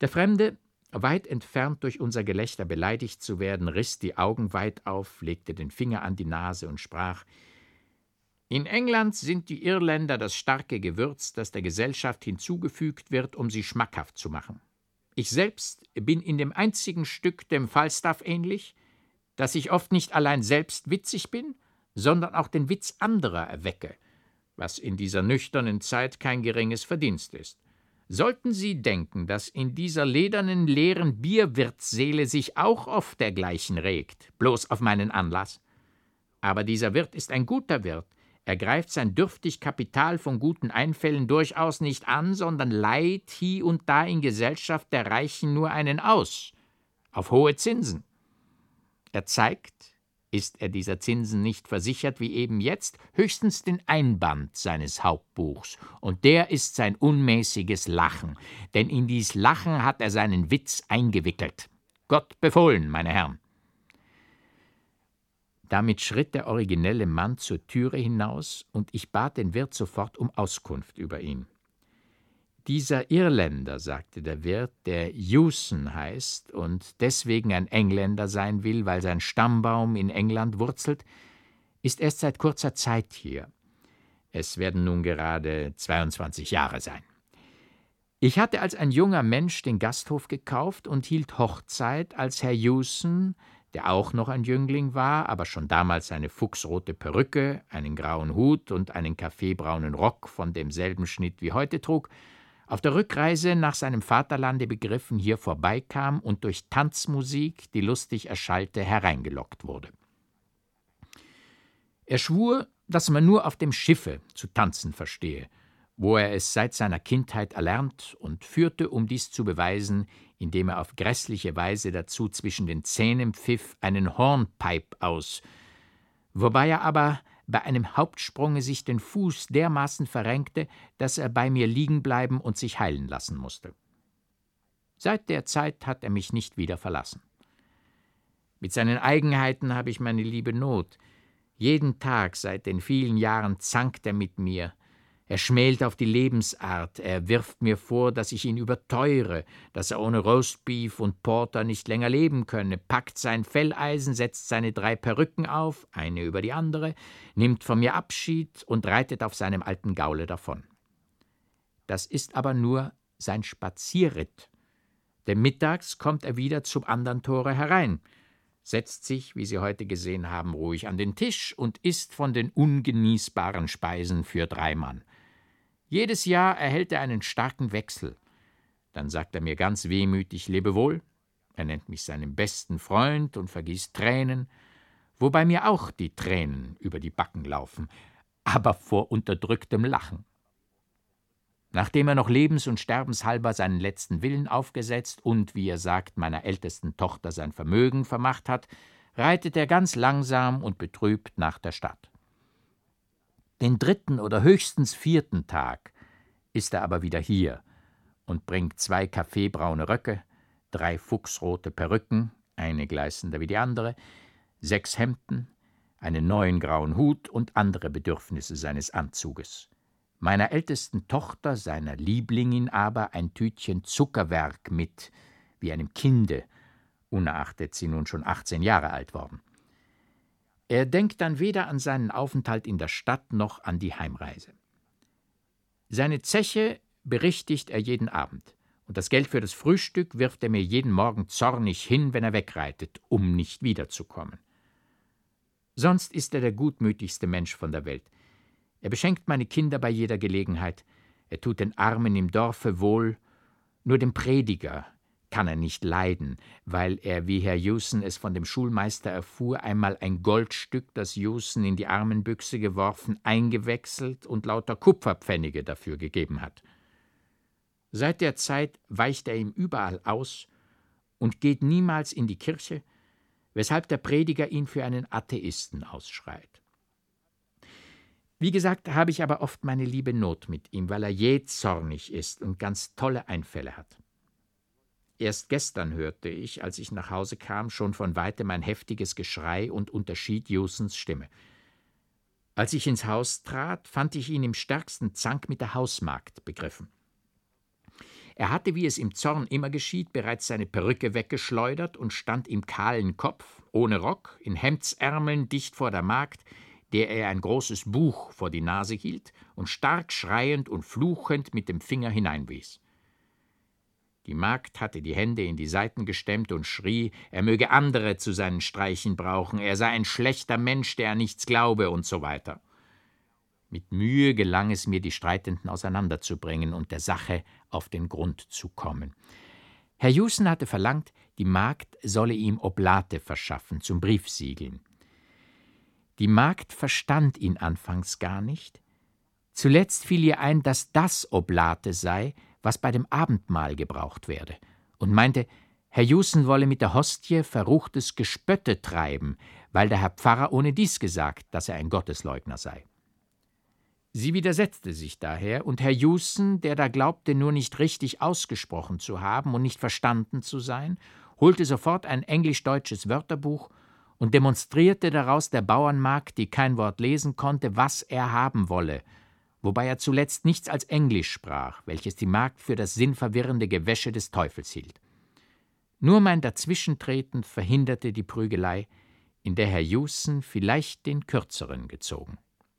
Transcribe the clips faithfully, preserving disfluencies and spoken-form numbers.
Der Fremde, weit entfernt durch unser Gelächter beleidigt zu werden, riss die Augen weit auf, legte den Finger an die Nase und sprach: »In England sind die Irländer das starke Gewürz, das der Gesellschaft hinzugefügt wird, um sie schmackhaft zu machen. Ich selbst bin in dem einzigen Stück dem Falstaff ähnlich, dass ich oft nicht allein selbst witzig bin, sondern auch den Witz anderer erwecke, was in dieser nüchternen Zeit kein geringes Verdienst ist. Sollten Sie denken, dass in dieser ledernen, leeren Bierwirtsseele sich auch oft dergleichen regt, bloß auf meinen Anlass? Aber dieser Wirt ist ein guter Wirt. Er greift sein dürftig Kapital von guten Einfällen durchaus nicht an, sondern leiht hie und da in Gesellschaft der Reichen nur einen aus, auf hohe Zinsen. Er zeigt, ist er dieser Zinsen nicht versichert wie eben jetzt, höchstens den Einband seines Hauptbuchs, und der ist sein unmäßiges Lachen, denn in dies Lachen hat er seinen Witz eingewickelt. Gott befohlen, meine Herren.« Damit schritt der originelle Mann zur Türe hinaus, und ich bat den Wirt sofort um Auskunft über ihn. »Dieser Irländer«, sagte der Wirt, »der Hewson heißt und deswegen ein Engländer sein will, weil sein Stammbaum in England wurzelt, ist erst seit kurzer Zeit hier. Es werden nun gerade zweiundzwanzig Jahre sein. Ich hatte als ein junger Mensch den Gasthof gekauft und hielt Hochzeit, als Herr Hewson, der auch noch ein Jüngling war, aber schon damals eine fuchsrote Perücke, einen grauen Hut und einen kaffeebraunen Rock von demselben Schnitt wie heute trug, auf der Rückreise nach seinem Vaterlande begriffen hier vorbeikam und durch Tanzmusik, die lustig erschallte, hereingelockt wurde. Er schwur, dass man nur auf dem Schiffe zu tanzen verstehe, wo er es seit seiner Kindheit erlernt, und führte, um dies zu beweisen, indem er auf grässliche Weise dazu zwischen den Zähnen pfiff, einen Hornpipe aus, wobei er aber bei einem Hauptsprunge sich den Fuß dermaßen verrenkte, dass er bei mir liegen bleiben und sich heilen lassen musste. Seit der Zeit hat er mich nicht wieder verlassen. Mit seinen Eigenheiten habe ich meine liebe Not. Jeden Tag seit den vielen Jahren zankt er mit mir. Er schmält auf die Lebensart, er wirft mir vor, dass ich ihn überteure, dass er ohne Roastbeef und Porter nicht länger leben könne, packt sein Felleisen, setzt seine drei Perücken auf, eine über die andere, nimmt von mir Abschied und reitet auf seinem alten Gaule davon. Das ist aber nur sein Spazierritt, denn mittags kommt er wieder zum andern Tore herein, setzt sich, wie Sie heute gesehen haben, ruhig an den Tisch und isst von den ungenießbaren Speisen für drei Mann. Jedes Jahr erhält er einen starken Wechsel. Dann sagt er mir ganz wehmütig Lebewohl, er nennt mich seinen besten Freund und vergießt Tränen, wobei mir auch die Tränen über die Backen laufen, aber vor unterdrücktem Lachen. Nachdem er noch lebens- und sterbenshalber seinen letzten Willen aufgesetzt und, wie er sagt, meiner ältesten Tochter sein Vermögen vermacht hat, reitet er ganz langsam und betrübt nach der Stadt. Den dritten oder höchstens vierten Tag ist er aber wieder hier und bringt zwei kaffeebraune Röcke, drei fuchsrote Perücken, eine gleißender wie die andere, sechs Hemden, einen neuen grauen Hut und andere Bedürfnisse seines Anzuges. Meiner ältesten Tochter, seiner Lieblingin aber, ein Tütchen Zuckerwerk mit, wie einem Kinde, unerachtet sie nun schon achtzehn Jahre alt worden. Er denkt dann weder an seinen Aufenthalt in der Stadt noch an die Heimreise. Seine Zeche berichtigt er jeden Abend, und das Geld für das Frühstück wirft er mir jeden Morgen zornig hin, wenn er wegreitet, um nicht wiederzukommen. Sonst ist er der gutmütigste Mensch von der Welt. Er beschenkt meine Kinder bei jeder Gelegenheit, er tut den Armen im Dorfe wohl, nur dem Prediger kann er nicht leiden, weil er, wie Herr Hewson es von dem Schulmeister erfuhr, einmal ein Goldstück, das Hewson in die Armenbüchse geworfen, eingewechselt und lauter Kupferpfennige dafür gegeben hat. Seit der Zeit weicht er ihm überall aus und geht niemals in die Kirche, weshalb der Prediger ihn für einen Atheisten ausschreit. Wie gesagt, habe ich aber oft meine liebe Not mit ihm, weil er jähzornig ist und ganz tolle Einfälle hat. Erst gestern hörte ich, als ich nach Hause kam, schon von weitem ein heftiges Geschrei und unterschied Hewsons Stimme. Als ich ins Haus trat, fand ich ihn im stärksten Zank mit der Hausmagd begriffen. Er hatte, wie es im Zorn immer geschieht, bereits seine Perücke weggeschleudert und stand im kahlen Kopf, ohne Rock, in Hemdsärmeln dicht vor der Magd, der er ein großes Buch vor die Nase hielt und stark schreiend und fluchend mit dem Finger hineinwies. Die Magd hatte die Hände in die Seiten gestemmt und schrie, er möge andere zu seinen Streichen brauchen, er sei ein schlechter Mensch, der an nichts glaube und so weiter. Mit Mühe gelang es mir, die Streitenden auseinanderzubringen und der Sache auf den Grund zu kommen. Herr Hewson hatte verlangt, die Magd solle ihm Oblate verschaffen zum Briefsiegeln. Die Magd verstand ihn anfangs gar nicht. Zuletzt fiel ihr ein, dass das Oblate sei, was bei dem Abendmahl gebraucht werde, und meinte, Herr Hewson wolle mit der Hostie verruchtes Gespötte treiben, weil der Herr Pfarrer ohnedies gesagt, dass er ein Gottesleugner sei. Sie widersetzte sich daher, und Herr Hewson, der da glaubte, nur nicht richtig ausgesprochen zu haben und nicht verstanden zu sein, holte sofort ein englisch-deutsches Wörterbuch und demonstrierte daraus der Bauernmagd, die kein Wort lesen konnte, was er haben wolle, wobei er zuletzt nichts als Englisch sprach, welches die Magd für das sinnverwirrende Gewäsche des Teufels hielt. Nur mein Dazwischentreten verhinderte die Prügelei, in der Herr Hewson vielleicht den Kürzeren gezogen.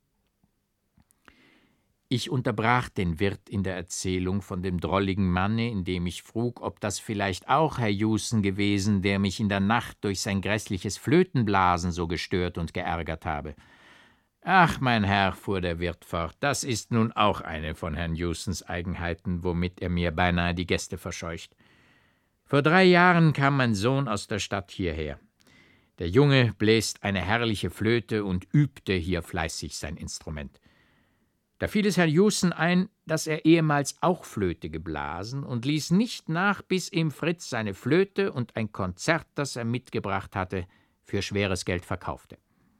Ich unterbrach den Wirt in der Erzählung von dem drolligen Manne, indem ich frug, ob das vielleicht auch Herr Hewson gewesen, der mich in der Nacht durch sein grässliches Flötenblasen so gestört und geärgert habe. »Ach, mein Herr«, fuhr der Wirt fort, »das ist nun auch eine von Herrn Hewsons Eigenheiten, womit er mir beinahe die Gäste verscheucht. Vor drei Jahren kam mein Sohn aus der Stadt hierher. Der Junge bläst eine herrliche Flöte und übte hier fleißig sein Instrument. Da fiel es Herrn Hewson ein, dass er ehemals auch Flöte geblasen und ließ nicht nach, bis ihm Fritz seine Flöte und ein Konzert, das er mitgebracht hatte, für schweres Geld verkaufte.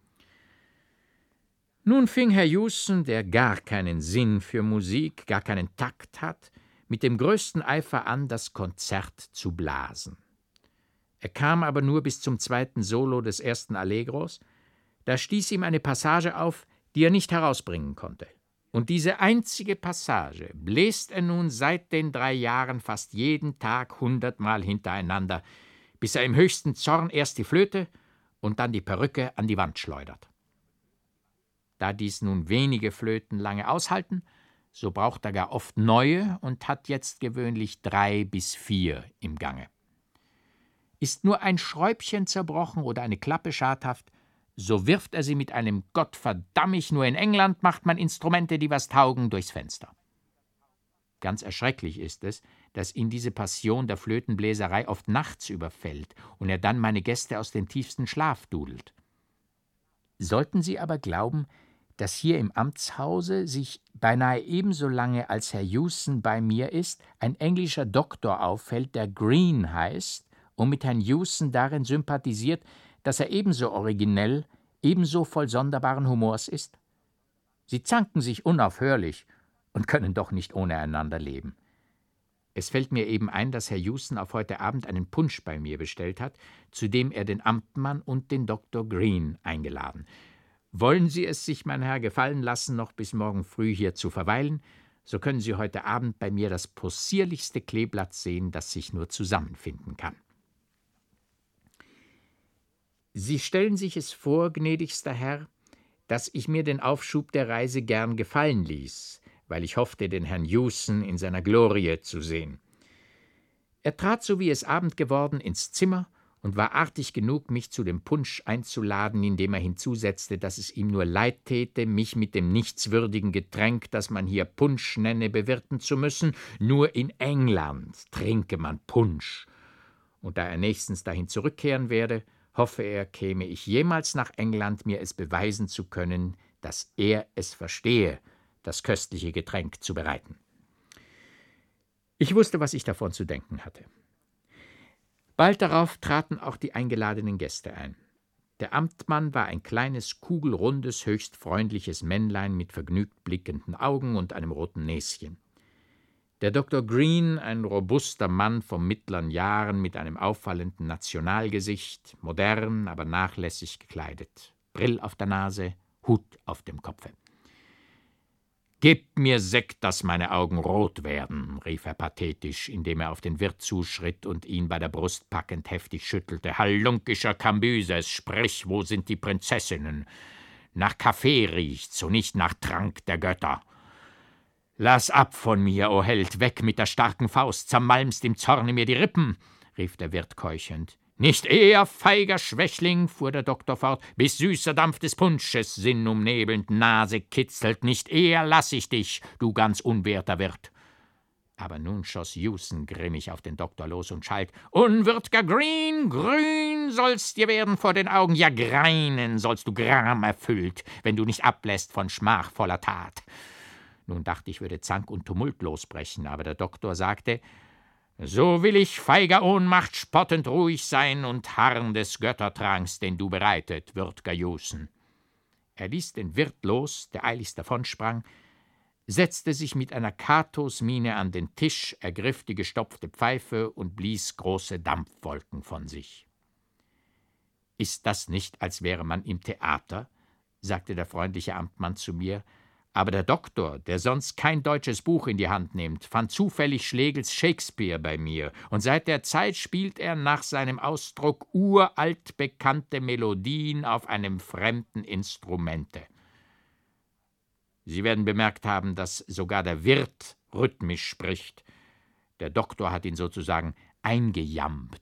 Nun fing Herr Hewson, der gar keinen Sinn für Musik, gar keinen Takt hat, mit dem größten Eifer an, das Konzert zu blasen. Er kam aber nur bis zum zweiten Solo des ersten Allegros, da stieß ihm eine Passage auf, die er nicht herausbringen konnte. Und diese einzige Passage bläst er nun seit den drei Jahren fast jeden Tag hundertmal hintereinander, bis er im höchsten Zorn erst die Flöte und dann die Perücke an die Wand schleudert. Da dies nun wenige Flöten lange aushalten, so braucht er gar oft neue und hat jetzt gewöhnlich drei bis vier im Gange. Ist nur ein Schräubchen zerbrochen oder eine Klappe schadhaft, so wirft er sie mit einem »Gottverdammt, nur in England macht man Instrumente, die was taugen«, durchs Fenster. Ganz erschrecklich ist es, dass ihn diese Passion der Flötenbläserei oft nachts überfällt und er dann meine Gäste aus dem tiefsten Schlaf dudelt. Sollten Sie aber glauben, dass hier im Amtshause sich beinahe ebenso lange als Herr Hewson bei mir ist, ein englischer Doktor auffällt, der Green heißt und mit Herrn Hewson darin sympathisiert, dass er ebenso originell, ebenso voll sonderbaren Humors ist? Sie zanken sich unaufhörlich und können doch nicht ohne einander leben. Es fällt mir eben ein, dass Herr Hewson auf heute Abend einen Punsch bei mir bestellt hat, zu dem er den Amtmann und den Doktor Green eingeladen. Wollen Sie es sich, mein Herr, gefallen lassen, noch bis morgen früh hier zu verweilen, so können Sie heute Abend bei mir das possierlichste Kleeblatt sehen, das sich nur zusammenfinden kann. Sie stellen sich es vor, gnädigster Herr, dass ich mir den Aufschub der Reise gern gefallen ließ, weil ich hoffte, den Herrn Hewson in seiner Glorie zu sehen. Er trat, so wie es Abend geworden, ins Zimmer und war artig genug, mich zu dem Punsch einzuladen, indem er hinzusetzte, dass es ihm nur leid täte, mich mit dem nichtswürdigen Getränk, das man hier Punsch nenne, bewirten zu müssen. Nur in England trinke man Punsch. Und da er nächstens dahin zurückkehren werde, hoffe er, käme ich jemals nach England, mir es beweisen zu können, dass er es verstehe, das köstliche Getränk zu bereiten. Ich wusste, was ich davon zu denken hatte. Bald darauf traten auch die eingeladenen Gäste ein. Der Amtmann war ein kleines, kugelrundes, höchst freundliches Männlein mit vergnügt blickenden Augen und einem roten Näschen. Der Doktor Green, ein robuster Mann von mittleren Jahren mit einem auffallenden Nationalgesicht, modern, aber nachlässig gekleidet, Brill auf der Nase, Hut auf dem Kopfe. »Gib mir Sekt, dass meine Augen rot werden«, rief er pathetisch, indem er auf den Wirt zuschritt und ihn bei der Brust packend heftig schüttelte. »Halunkischer Kambyses, sprich, wo sind die Prinzessinnen? Nach Kaffee riecht's und nicht nach Trank der Götter. »Lass ab von mir, o Held, weg mit der starken Faust, zermalmst im Zorne mir die Rippen«, rief der Wirt keuchend. »Nicht eher, feiger Schwächling«, fuhr der Doktor fort, »bis süßer Dampf des Punsches Sinn umnebelnd Nase kitzelt, nicht eher lass ich dich, du ganz unwerter Wirt.« Aber nun schoss Hewson grimmig auf den Doktor los und schalt: »Unwürd'ger Green, grün sollst dir werden vor den Augen, ja greinen sollst du Gram erfüllt, wenn du nicht ablässt von schmachvoller Tat.« Nun dachte ich, würde Zank und Tumult losbrechen, aber der Doktor sagte: »So will ich, feiger Ohnmacht, spottend ruhig sein und harren des Göttertranks, den du bereitet, würd'ger Hewson.« Er ließ den Wirt los, der eiligst davonsprang, setzte sich mit einer Kathosmiene an den Tisch, ergriff die gestopfte Pfeife und blies große Dampfwolken von sich. »Ist das nicht, als wäre man im Theater?«, sagte der freundliche Amtmann zu mir. Aber der Doktor, der sonst kein deutsches Buch in die Hand nimmt, fand zufällig Schlegels Shakespeare bei mir, und seit der Zeit spielt er nach seinem Ausdruck uralt bekannte Melodien auf einem fremden Instrumente. Sie werden bemerkt haben, dass sogar der Wirt rhythmisch spricht. Der Doktor hat ihn sozusagen eingejambt.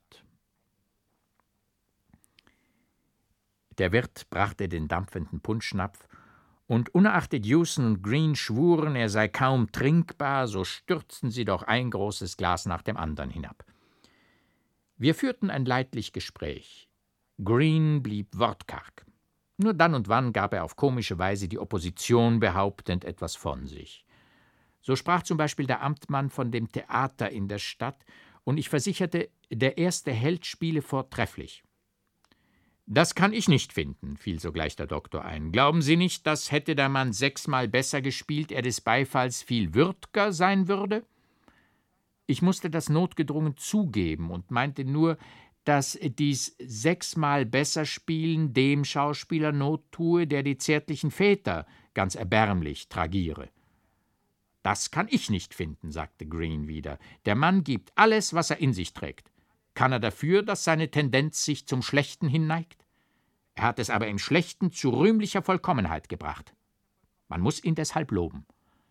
Der Wirt brachte den dampfenden Punschnapf, und unerachtet Hewson und Green schwuren, er sei kaum trinkbar, so stürzten sie doch ein großes Glas nach dem anderen hinab. Wir führten ein leidlich Gespräch. Green blieb wortkarg. Nur dann und wann gab er auf komische Weise die Opposition behauptend etwas von sich. So sprach zum Beispiel der Amtmann von dem Theater in der Stadt, und ich versicherte, der erste Held spiele vortrefflich. »Das kann ich nicht finden«, fiel sogleich der Doktor ein. »Glauben Sie nicht, dass hätte der Mann sechsmal besser gespielt, er des Beifalls viel würd'ger sein würde?« Ich musste das notgedrungen zugeben und meinte nur, dass dies sechsmal besser Spielen dem Schauspieler Not tue, der die zärtlichen Väter ganz erbärmlich tragiere. »Das kann ich nicht finden«, sagte Green wieder. »Der Mann gibt alles, was er in sich trägt. Kann er dafür, dass seine Tendenz sich zum Schlechten hinneigt? Er hat es aber im Schlechten zu rühmlicher Vollkommenheit gebracht. Man muss ihn deshalb loben.«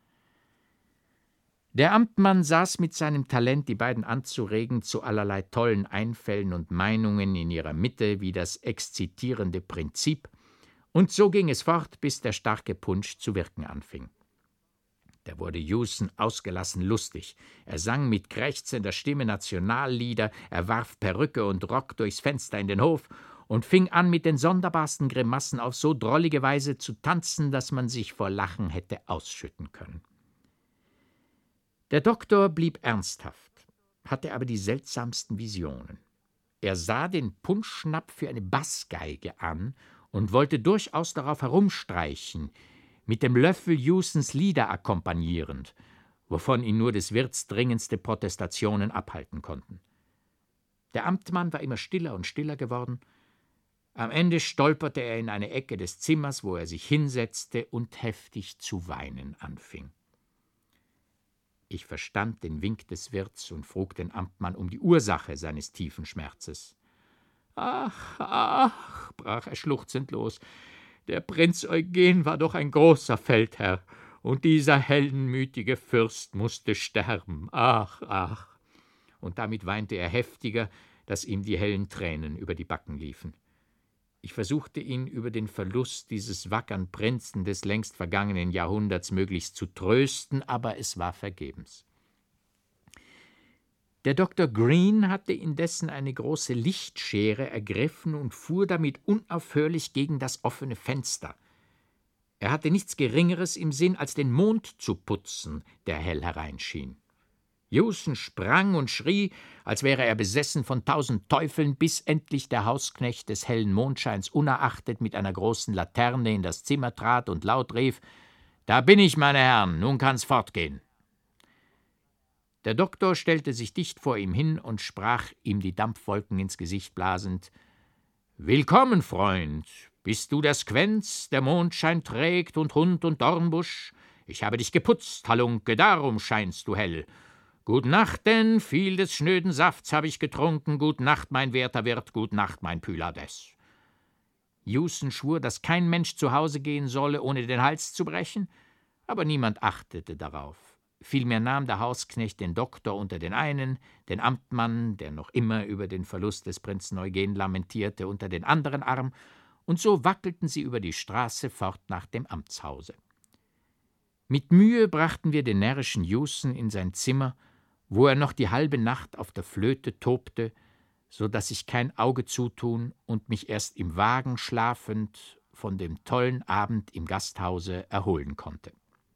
Der Amtmann saß mit seinem Talent, die beiden anzuregen zu allerlei tollen Einfällen und Meinungen in ihrer Mitte wie das exzitierende Prinzip, und so ging es fort, bis der starke Punsch zu wirken anfing. Da wurde Hewson ausgelassen lustig. Er sang mit krächzender Stimme Nationallieder, er warf Perücke und Rock durchs Fenster in den Hof und fing an, mit den sonderbarsten Grimassen auf so drollige Weise zu tanzen, dass man sich vor Lachen hätte ausschütten können. Der Doktor blieb ernsthaft, hatte aber die seltsamsten Visionen. Er sah den Punschnapf für eine Bassgeige an und wollte durchaus darauf herumstreichen, mit dem Löffel Hewsons Lieder akkompagnierend, wovon ihn nur des Wirts dringendste Protestationen abhalten konnten. Der Amtmann war immer stiller und stiller geworden. Am Ende stolperte er in eine Ecke des Zimmers, wo er sich hinsetzte und heftig zu weinen anfing. Ich verstand den Wink des Wirts und frug den Amtmann um die Ursache seines tiefen Schmerzes. »Ach, ach«, brach er schluchzend los, »der Prinz Eugen war doch ein großer Feldherr, und dieser heldenmütige Fürst musste sterben. Ach, ach!« Und damit weinte er heftiger, dass ihm die hellen Tränen über die Backen liefen. Ich versuchte ihn über den Verlust dieses wackern Prinzen des längst vergangenen Jahrhunderts möglichst zu trösten, aber es war vergebens. Der Doktor Green hatte indessen eine große Lichtschere ergriffen und fuhr damit unaufhörlich gegen das offene Fenster. Er hatte nichts Geringeres im Sinn, als den Mond zu putzen, der hell hereinschien. Hewson sprang und schrie, als wäre er besessen von tausend Teufeln, bis endlich der Hausknecht des hellen Mondscheins unerachtet mit einer großen Laterne in das Zimmer trat und laut rief: »Da bin ich, meine Herren, nun kann's fortgehen.« Der Doktor stellte sich dicht vor ihm hin und sprach, ihm die Dampfwolken ins Gesicht blasend: »Willkommen, Freund! Bist du der Squenz, der Mondschein trägt und Hund und Dornbusch? Ich habe dich geputzt, Halunke, darum scheinst du hell. Gut Nacht denn, viel des schnöden Safts hab ich getrunken, gut Nacht, mein werter Wirt, gut Nacht, mein Pylades. Jusen schwur, dass kein Mensch zu Hause gehen solle, ohne den Hals zu brechen, aber niemand achtete darauf. Vielmehr nahm der Hausknecht den Doktor unter den einen, den Amtmann, der noch immer über den Verlust des Prinzen Eugen lamentierte, unter den anderen Arm, und so wackelten sie über die Straße fort nach dem Amtshause. Mit Mühe brachten wir den närrischen Jusen in sein Zimmer, wo er noch die halbe Nacht auf der Flöte tobte, so daß ich kein Auge zutun und mich erst im Wagen schlafend von dem tollen Abend im Gasthause erholen konnte.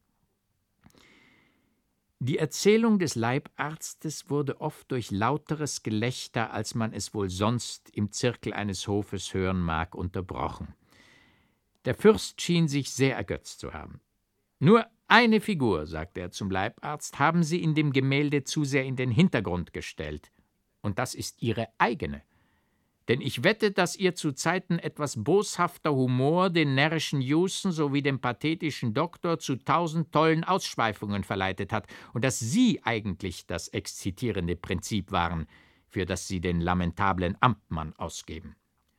Die Erzählung des Leibarztes wurde oft durch lauteres Gelächter, als man es wohl sonst im Zirkel eines Hofes hören mag, unterbrochen. Der Fürst schien sich sehr ergötzt zu haben. »Nur eine Figur«, sagte er zum Leibarzt, »haben Sie in dem Gemälde zu sehr in den Hintergrund gestellt, und das ist Ihre eigene. Denn ich wette, dass ihr zu Zeiten etwas boshafter Humor den närrischen Jusen sowie den pathetischen Doktor zu tausend tollen Ausschweifungen verleitet hat und dass Sie eigentlich das exzitierende Prinzip waren, für das Sie den lamentablen Amtmann ausgeben.«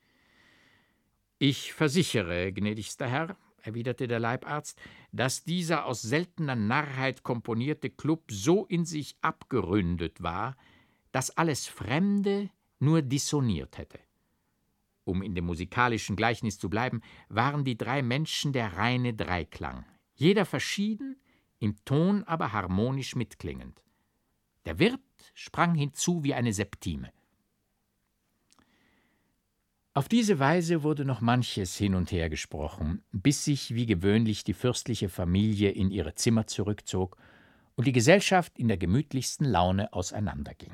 »Ich versichere, gnädigster Herr«, erwiderte der Leibarzt, »dass dieser aus seltener Narrheit komponierte Klub so in sich abgeründet war, dass alles Fremde nur dissoniert hätte. Um in dem musikalischen Gleichnis zu bleiben, waren die drei Menschen der reine Dreiklang, jeder verschieden, im Ton aber harmonisch mitklingend. Der Wirt sprang hinzu wie eine Septime. Auf diese Weise wurde noch manches hin und her gesprochen, bis sich wie gewöhnlich die fürstliche Familie in ihre Zimmer zurückzog und die Gesellschaft in der gemütlichsten Laune auseinanderging.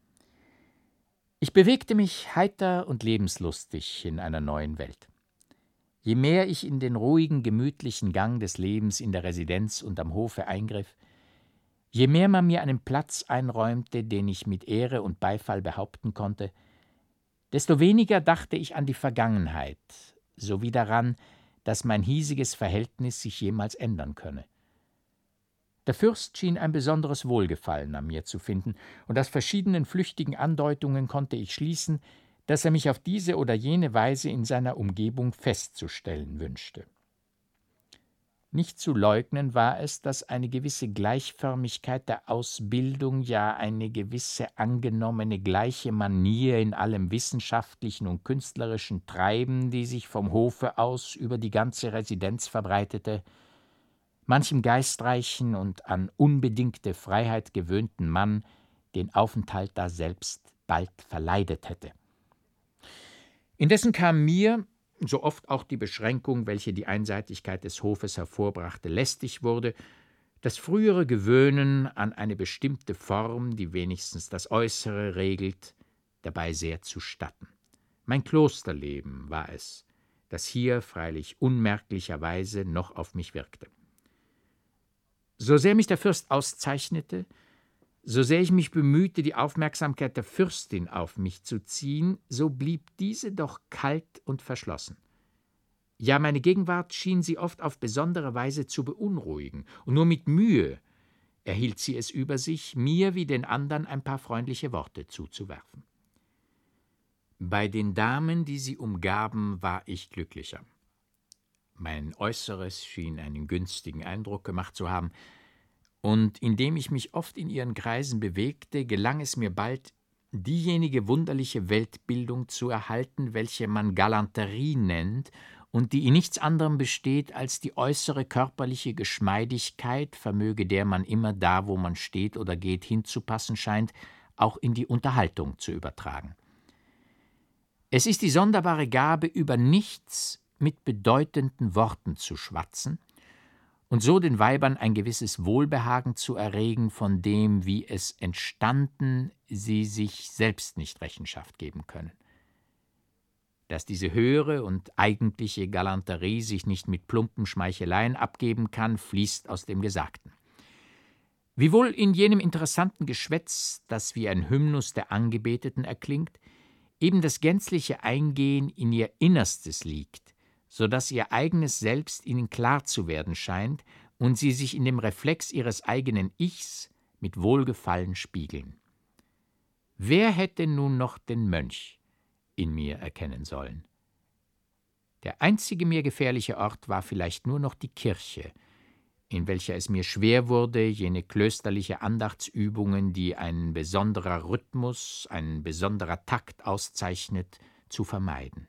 Ich bewegte mich heiter und lebenslustig in einer neuen Welt. Je mehr ich in den ruhigen, gemütlichen Gang des Lebens in der Residenz und am Hofe eingriff, je mehr man mir einen Platz einräumte, den ich mit Ehre und Beifall behaupten konnte, desto weniger dachte ich an die Vergangenheit, sowie daran, dass mein hiesiges Verhältnis sich jemals ändern könne. Der Fürst schien ein besonderes Wohlgefallen an mir zu finden, und aus verschiedenen flüchtigen Andeutungen konnte ich schließen, dass er mich auf diese oder jene Weise in seiner Umgebung festzustellen wünschte. Nicht zu leugnen war es, dass eine gewisse Gleichförmigkeit der Ausbildung, ja eine gewisse angenommene gleiche Manier in allem wissenschaftlichen und künstlerischen Treiben, die sich vom Hofe aus über die ganze Residenz verbreitete, manchem geistreichen und an unbedingte Freiheit gewöhnten Mann den Aufenthalt daselbst bald verleidet hätte. Indessen kam mir, so oft auch die Beschränkung, welche die Einseitigkeit des Hofes hervorbrachte, lästig wurde, das frühere Gewöhnen an eine bestimmte Form, die wenigstens das Äußere regelt, dabei sehr zustatten. Mein Klosterleben war es, das hier freilich unmerklicherweise noch auf mich wirkte. So sehr mich der Fürst auszeichnete, so sehr ich mich bemühte, die Aufmerksamkeit der Fürstin auf mich zu ziehen, so blieb diese doch kalt und verschlossen. Ja, meine Gegenwart schien sie oft auf besondere Weise zu beunruhigen, und nur mit Mühe erhielt sie es über sich, mir wie den anderen ein paar freundliche Worte zuzuwerfen. Bei den Damen, die sie umgaben, war ich glücklicher. Mein Äußeres schien einen günstigen Eindruck gemacht zu haben, und indem ich mich oft in ihren Kreisen bewegte, gelang es mir bald, diejenige wunderliche Weltbildung zu erhalten, welche man Galanterie nennt und die in nichts anderem besteht als die äußere körperliche Geschmeidigkeit, vermöge der man immer da, wo man steht oder geht, hinzupassen scheint, auch in die Unterhaltung zu übertragen. Es ist die sonderbare Gabe, über nichts mit bedeutenden Worten zu schwatzen und so den Weibern ein gewisses Wohlbehagen zu erregen, von dem, wie es entstanden, sie sich selbst nicht Rechenschaft geben können. Dass diese höhere und eigentliche Galanterie sich nicht mit plumpen Schmeicheleien abgeben kann, fließt aus dem Gesagten. Wiewohl in jenem interessanten Geschwätz, das wie ein Hymnus der Angebeteten erklingt, eben das gänzliche Eingehen in ihr Innerstes liegt, so daß ihr eigenes Selbst ihnen klar zu werden scheint, und sie sich in dem Reflex ihres eigenen Ichs mit Wohlgefallen spiegeln. Wer hätte nun noch den Mönch in mir erkennen sollen? Der einzige mir gefährliche Ort war vielleicht nur noch die Kirche, in welcher es mir schwer wurde, jene klösterliche Andachtsübungen, die ein besonderer Rhythmus, ein besonderer Takt auszeichnet, zu vermeiden.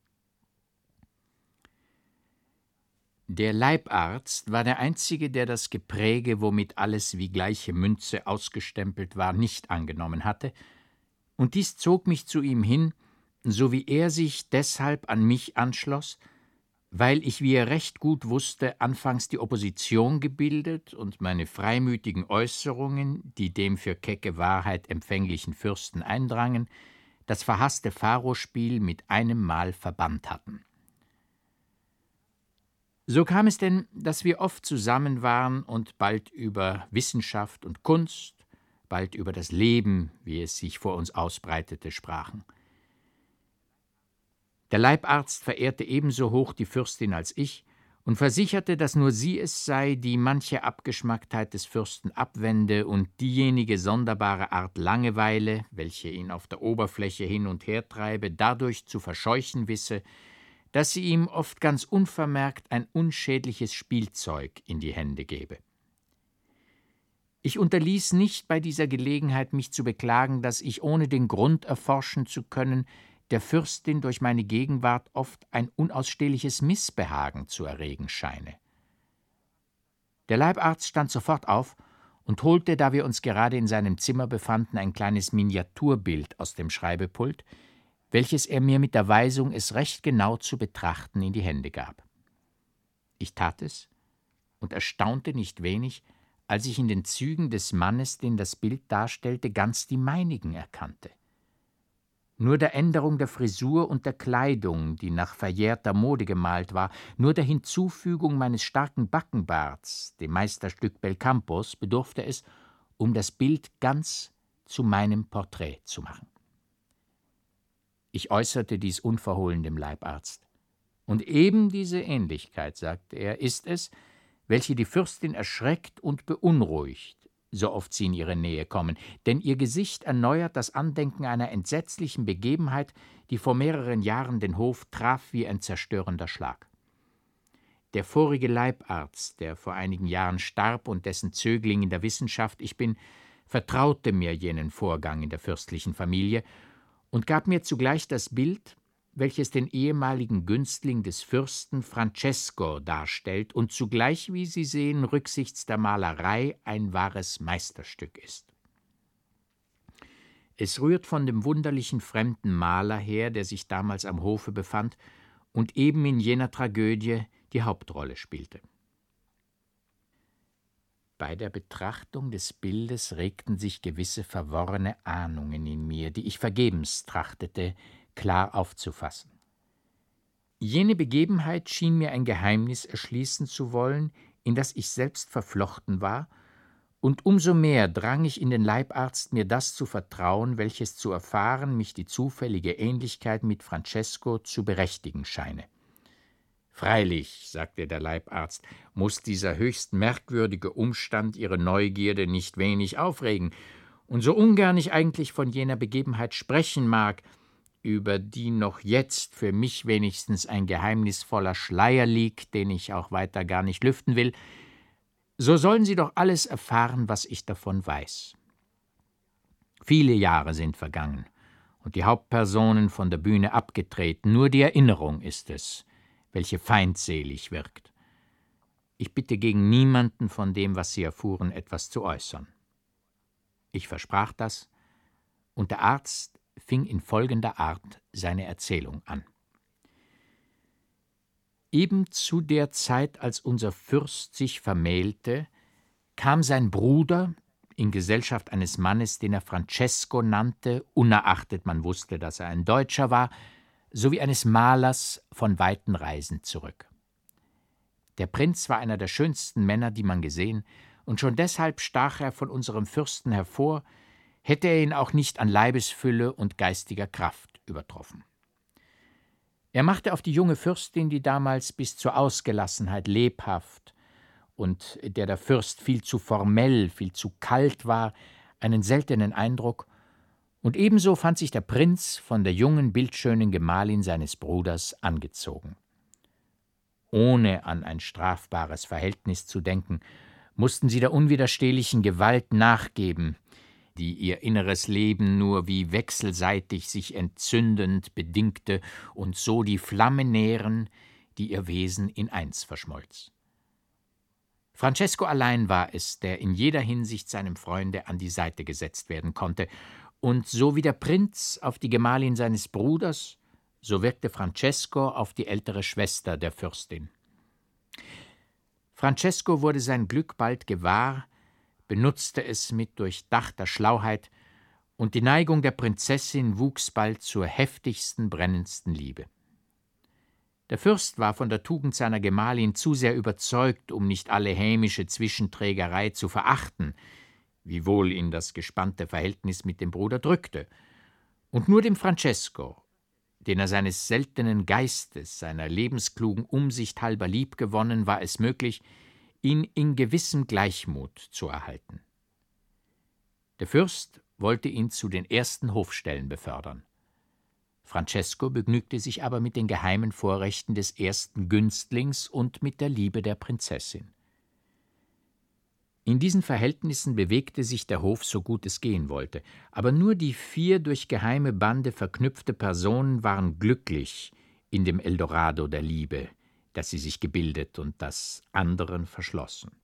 Der Leibarzt war der Einzige, der das Gepräge, womit alles wie gleiche Münze ausgestempelt war, nicht angenommen hatte, und dies zog mich zu ihm hin, so wie er sich deshalb an mich anschloss, weil ich, wie er recht gut wusste, anfangs die Opposition gebildet und meine freimütigen Äußerungen, die dem für kecke Wahrheit empfänglichen Fürsten eindrangen, das verhasste Pharospiel mit einem Mal verbannt hatten. So kam es denn, dass wir oft zusammen waren und bald über Wissenschaft und Kunst, bald über das Leben, wie es sich vor uns ausbreitete, sprachen. Der Leibarzt verehrte ebenso hoch die Fürstin als ich und versicherte, dass nur sie es sei, die manche Abgeschmacktheit des Fürsten abwende und diejenige sonderbare Art Langeweile, welche ihn auf der Oberfläche hin und her treibe, dadurch zu verscheuchen wisse, dass sie ihm oft ganz unvermerkt ein unschädliches Spielzeug in die Hände gebe. Ich unterließ nicht bei dieser Gelegenheit, mich zu beklagen, dass ich, ohne den Grund erforschen zu können, der Fürstin durch meine Gegenwart oft ein unausstehliches Missbehagen zu erregen scheine. Der Leibarzt stand sofort auf und holte, da wir uns gerade in seinem Zimmer befanden, ein kleines Miniaturbild aus dem Schreibepult, welches er mir mit der Weisung, es recht genau zu betrachten, in die Hände gab. Ich tat es und erstaunte nicht wenig, als ich in den Zügen des Mannes, den das Bild darstellte, ganz die meinigen erkannte. Nur der Änderung der Frisur und der Kleidung, die nach verjährter Mode gemalt war, nur der Hinzufügung meines starken Backenbarts, dem Meisterstück Belcampos, bedurfte es, um das Bild ganz zu meinem Porträt zu machen. Ich äußerte dies unverhohlen dem Leibarzt. Und eben diese Ähnlichkeit, sagte er, ist es, welche die Fürstin erschreckt und beunruhigt, so oft sie in ihre Nähe kommen, denn ihr Gesicht erneuert das Andenken einer entsetzlichen Begebenheit, die vor mehreren Jahren den Hof traf wie ein zerstörender Schlag. Der vorige Leibarzt, der vor einigen Jahren starb und dessen Zögling in der Wissenschaft ich bin, vertraute mir jenen Vorgang in der fürstlichen Familie und gab mir zugleich das Bild, welches den ehemaligen Günstling des Fürsten Francesco darstellt und zugleich, wie Sie sehen, rücksichts der Malerei ein wahres Meisterstück ist. Es rührt von dem wunderlichen fremden Maler her, der sich damals am Hofe befand und eben in jener Tragödie die Hauptrolle spielte. Bei der Betrachtung des Bildes regten sich gewisse verworrene Ahnungen in mir, die ich vergebens trachtete, klar aufzufassen. Jene Begebenheit schien mir ein Geheimnis erschließen zu wollen, in das ich selbst verflochten war, und umso mehr drang ich in den Leibarzt, mir das zu vertrauen, welches zu erfahren mich die zufällige Ähnlichkeit mit Francesco zu berechtigen scheine. »Freilich«, sagte der Leibarzt, »muß dieser höchst merkwürdige Umstand Ihre Neugierde nicht wenig aufregen, und so ungern ich eigentlich von jener Begebenheit sprechen mag, über die noch jetzt für mich wenigstens ein geheimnisvoller Schleier liegt, den ich auch weiter gar nicht lüften will, so sollen Sie doch alles erfahren, was ich davon weiß. Viele Jahre sind vergangen und die Hauptpersonen von der Bühne abgetreten, nur die Erinnerung ist es, welche feindselig wirkt. Ich bitte gegen niemanden von dem, was Sie erfuhren, etwas zu äußern.« Ich versprach das, und der Arzt fing in folgender Art seine Erzählung an. Eben zu der Zeit, als unser Fürst sich vermählte, kam sein Bruder, in Gesellschaft eines Mannes, den er Francesco nannte, unerachtet man wusste, dass er ein Deutscher war, sowie eines Malers von weiten Reisen zurück. Der Prinz war einer der schönsten Männer, die man gesehen, und schon deshalb stach er von unserem Fürsten hervor, hätte er ihn auch nicht an Leibesfülle und geistiger Kraft übertroffen. Er machte auf die junge Fürstin, die damals bis zur Ausgelassenheit lebhaft und der der Fürst viel zu formell, viel zu kalt war, einen seltenen Eindruck, und ebenso fand sich der Prinz von der jungen, bildschönen Gemahlin seines Bruders angezogen. Ohne an ein strafbares Verhältnis zu denken, mussten sie der unwiderstehlichen Gewalt nachgeben, die ihr inneres Leben nur wie wechselseitig sich entzündend bedingte und so die Flamme nähren, die ihr Wesen in eins verschmolz. Francesco allein war es, der in jeder Hinsicht seinem Freunde an die Seite gesetzt werden konnte, und so wie der Prinz auf die Gemahlin seines Bruders, so wirkte Francesco auf die ältere Schwester der Fürstin. Francesco wurde sein Glück bald gewahr, benutzte es mit durchdachter Schlauheit, und die Neigung der Prinzessin wuchs bald zur heftigsten, brennendsten Liebe. Der Fürst war von der Tugend seiner Gemahlin zu sehr überzeugt, um nicht alle hämische Zwischenträgerei zu verachten, wiewohl ihn das gespannte Verhältnis mit dem Bruder drückte, und nur dem Francesco, den er seines seltenen Geistes, seiner lebensklugen Umsicht halber liebgewonnen, war es möglich, ihn in gewissem Gleichmut zu erhalten. Der Fürst wollte ihn zu den ersten Hofstellen befördern. Francesco begnügte sich aber mit den geheimen Vorrechten des ersten Günstlings und mit der Liebe der Prinzessin. In diesen Verhältnissen bewegte sich der Hof, so gut es gehen wollte, aber nur die vier durch geheime Bande verknüpfte Personen waren glücklich in dem Eldorado der Liebe, das sie sich gebildet und das anderen verschlossen.